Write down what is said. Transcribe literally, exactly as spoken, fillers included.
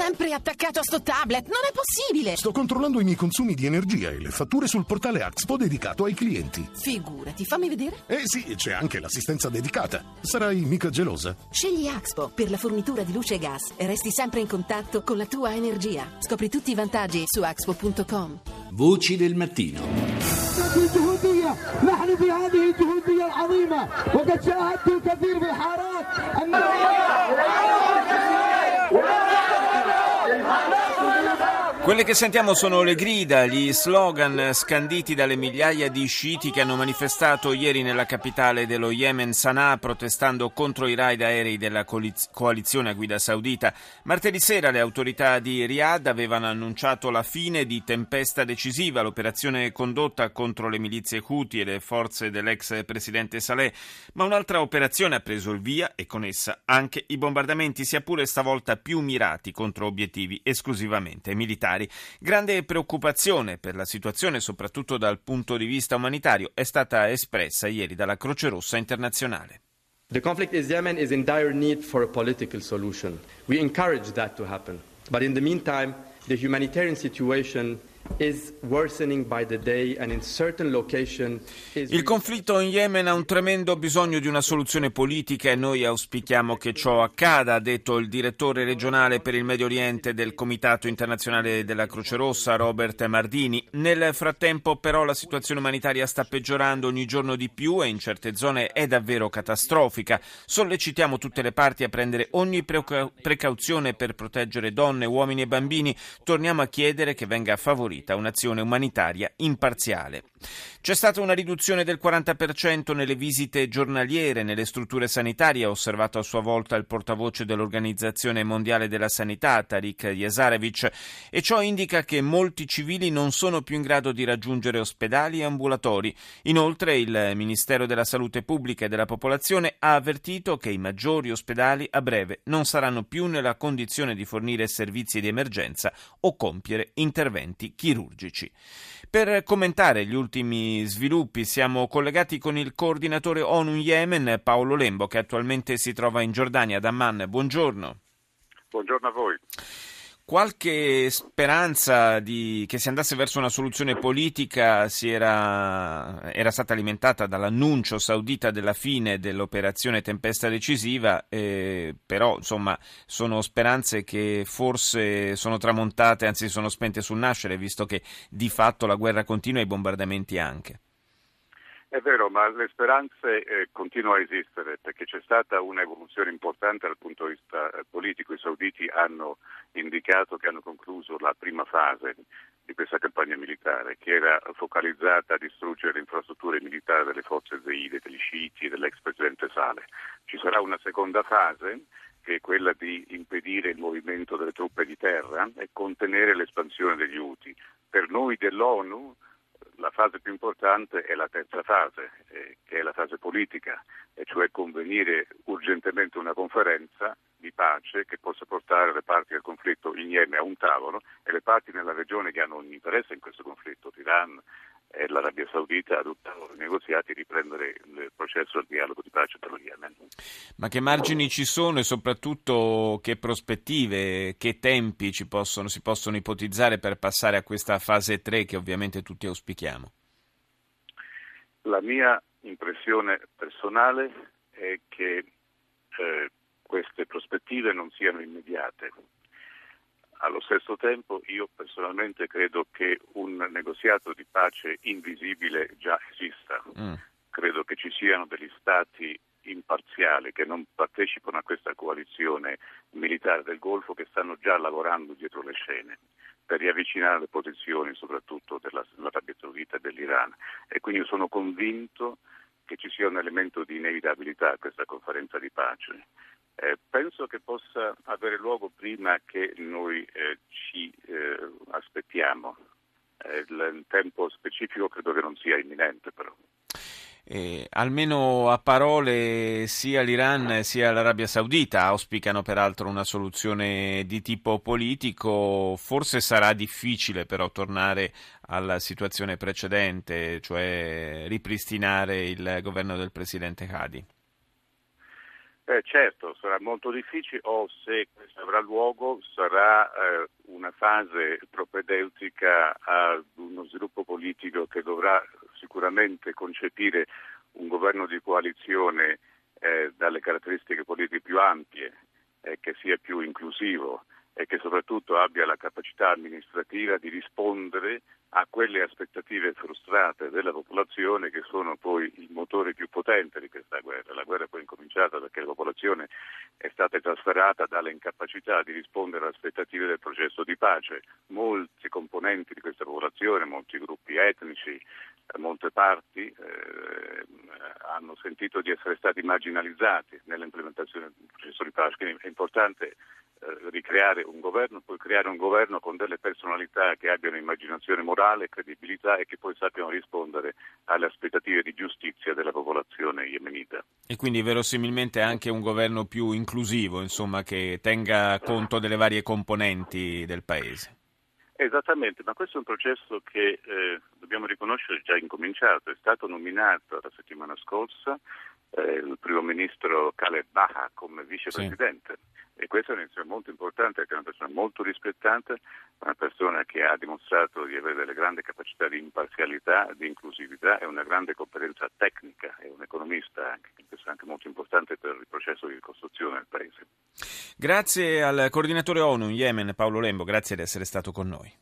sempre attaccato a sto tablet, non è possibile! Sto controllando i miei consumi di energia e le fatture sul portale Axpo dedicato ai clienti. Figurati, fammi vedere. Eh sì, c'è anche l'assistenza dedicata. Sarai mica gelosa? Scegli Axpo per la fornitura di luce e gas e resti sempre in contatto con la tua energia. Scopri tutti i vantaggi su axpo punto com. Voci del mattino. الجهودية نحن في هذه الجهودية العظيمة وقد شاهدت الكثير في الحارات أن Quelle che sentiamo sono le grida, gli slogan scanditi dalle migliaia di sciiti che hanno manifestato ieri nella capitale dello Yemen, Sana'a, protestando contro i raid aerei della coalizione a guida saudita. Martedì sera le autorità di Riyadh avevano annunciato la fine di Tempesta Decisiva, l'operazione condotta contro le milizie Houthi e le forze dell'ex presidente Saleh, ma un'altra operazione ha preso il via e con essa anche i bombardamenti, sia pure stavolta più mirati contro obiettivi esclusivamente militari. Grande preoccupazione per la situazione, soprattutto dal punto di vista umanitario, è stata espressa ieri dalla Croce Rossa internazionale. The conflict in Yemen is in dire need for a political solution. We encourage that to happen. But in the meantime, the humanitarian situation is worsening by the day and in certain location is... Il conflitto in Yemen ha un tremendo bisogno di una soluzione politica e noi auspichiamo che ciò accada, ha detto il direttore regionale per il Medio Oriente del Comitato Internazionale della Croce Rossa, Robert Mardini. Nel frattempo però la situazione umanitaria sta peggiorando ogni giorno di più e in certe zone è davvero catastrofica. Sollecitiamo tutte le parti a prendere ogni precauzione per proteggere donne, uomini e bambini. Torniamo a chiedere che venga favorita un'azione umanitaria imparziale. C'è stata una riduzione del quaranta per cento nelle visite giornaliere nelle strutture sanitarie, ha osservato a sua volta il portavoce dell'Organizzazione Mondiale della Sanità, Tariq Jasarevic, e ciò indica che molti civili non sono più in grado di raggiungere ospedali e ambulatori. Inoltre il Ministero della Salute Pubblica e della Popolazione ha avvertito che i maggiori ospedali a breve non saranno più nella condizione di fornire servizi di emergenza o compiere interventi chirurgici. Per commentare gli ultimi sviluppi siamo collegati con il coordinatore ONU in Yemen, Paolo Lembo, che attualmente si trova in Giordania, ad Amman. Buongiorno. Buongiorno a voi. Qualche speranza di che si andasse verso una soluzione politica si era, era stata alimentata dall'annuncio saudita della fine dell'operazione Tempesta Decisiva, eh, però insomma sono speranze che forse sono tramontate, anzi sono spente sul nascere, visto che di fatto la guerra continua e i bombardamenti anche. È vero, ma le speranze eh, continuano a esistere perché c'è stata un'evoluzione importante dal punto di vista eh, politico. I sauditi hanno indicato che hanno concluso la prima fase di questa campagna militare, che era focalizzata a distruggere le infrastrutture militari delle forze zaide, degli sciiti e dell'ex presidente Saleh. Ci sarà una seconda fase, che è quella di impedire il movimento delle truppe di terra e contenere l'espansione degli Houthi. Per noi dell'ONU la fase più importante è la terza fase, eh, che è la fase politica, e cioè convenire urgentemente una conferenza di pace che possa portare le parti del conflitto in Yemen a un tavolo e le parti nella regione che hanno un interesse in questo conflitto, l'Iran e l'Arabia Saudita, ad un tavolo di negoziati, riprendere il processo del dialogo di pace per lo Yemen. Ma che margini ci sono e soprattutto che prospettive, che tempi ci possono, si possono ipotizzare per passare a questa fase tre che ovviamente tutti auspichiamo? La mia impressione personale è che eh, queste prospettive non siano immediate. Allo stesso tempo io personalmente credo che un negoziato di pace invisibile già esista. Mm. Credo che ci siano degli stati imparziali che non partecipano a questa coalizione militare del Golfo che stanno già lavorando dietro le scene per riavvicinare le posizioni soprattutto dell'Arabia Saudita e dell'Iran, e quindi sono convinto che ci sia un elemento di inevitabilità a questa conferenza di pace. Eh, penso che possa avere luogo prima che noi eh, ci eh, aspettiamo. Eh, il tempo specifico credo che non sia imminente, però. Eh, almeno a parole sia l'Iran sia l'Arabia Saudita auspicano peraltro una soluzione di tipo politico. Forse sarà difficile però tornare alla situazione precedente, cioè ripristinare il governo del presidente Hadi. Eh, certo, sarà molto difficile o se questo avrà luogo sarà eh, una fase propedeutica ad uno sviluppo politico che dovrà sicuramente concepire un governo di coalizione eh, dalle caratteristiche politiche più ampie, eh, che sia più inclusivo e che soprattutto abbia la capacità amministrativa di rispondere a quelle aspettative frustrate della popolazione che sono poi il motore più potente di questa guerra. La guerra poi è incominciata perché la popolazione è stata trasferata dalle incapacità di rispondere alle aspettative del processo di pace. Molti componenti di questa popolazione, molti gruppi etnici, molte parti eh, hanno sentito di essere stati marginalizzati nell'implementazione del processo di pace, quindi è importante eh, ricreare un governo, poi creare un governo con delle personalità che abbiano immaginazione morale, credibilità e che poi sappiano rispondere alle aspettative di giustizia della popolazione yemenita. E quindi verosimilmente anche un governo più inclusivo, insomma, che tenga conto delle varie componenti del paese. Esattamente, ma questo è un processo che eh, dobbiamo riconoscere già incominciato. È stato nominato la settimana scorsa eh, il primo ministro Khaled Baha come vicepresidente sì. E questa è un'iniziativa molto importante perché è una persona molto rispettata, una persona che ha dimostrato di avere delle grandi capacità di imparzialità, di inclusività e una grande competenza tecnica, è un economista anche, questo è anche molto importante per il processo di ricostruzione del paese. Grazie al coordinatore ONU in Yemen Paolo Lembo, grazie di essere stato con noi.